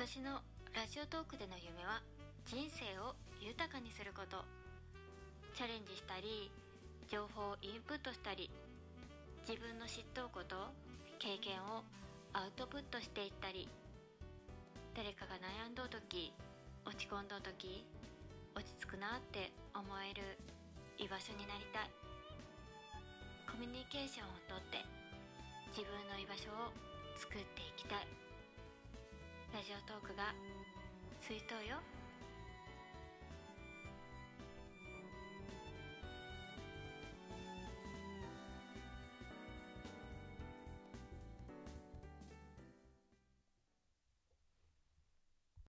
私のラジオトークでの夢は人生を豊かにすること。チャレンジしたり、情報をインプットしたり、自分の知っとうこと、経験をアウトプットしていったり、誰かが悩んどうとき、落ち込んどうとき、落ち着くなって思える居場所になりたい。コミュニケーションをとって自分の居場所を作っていきたい。ラジオトークが水筒よ。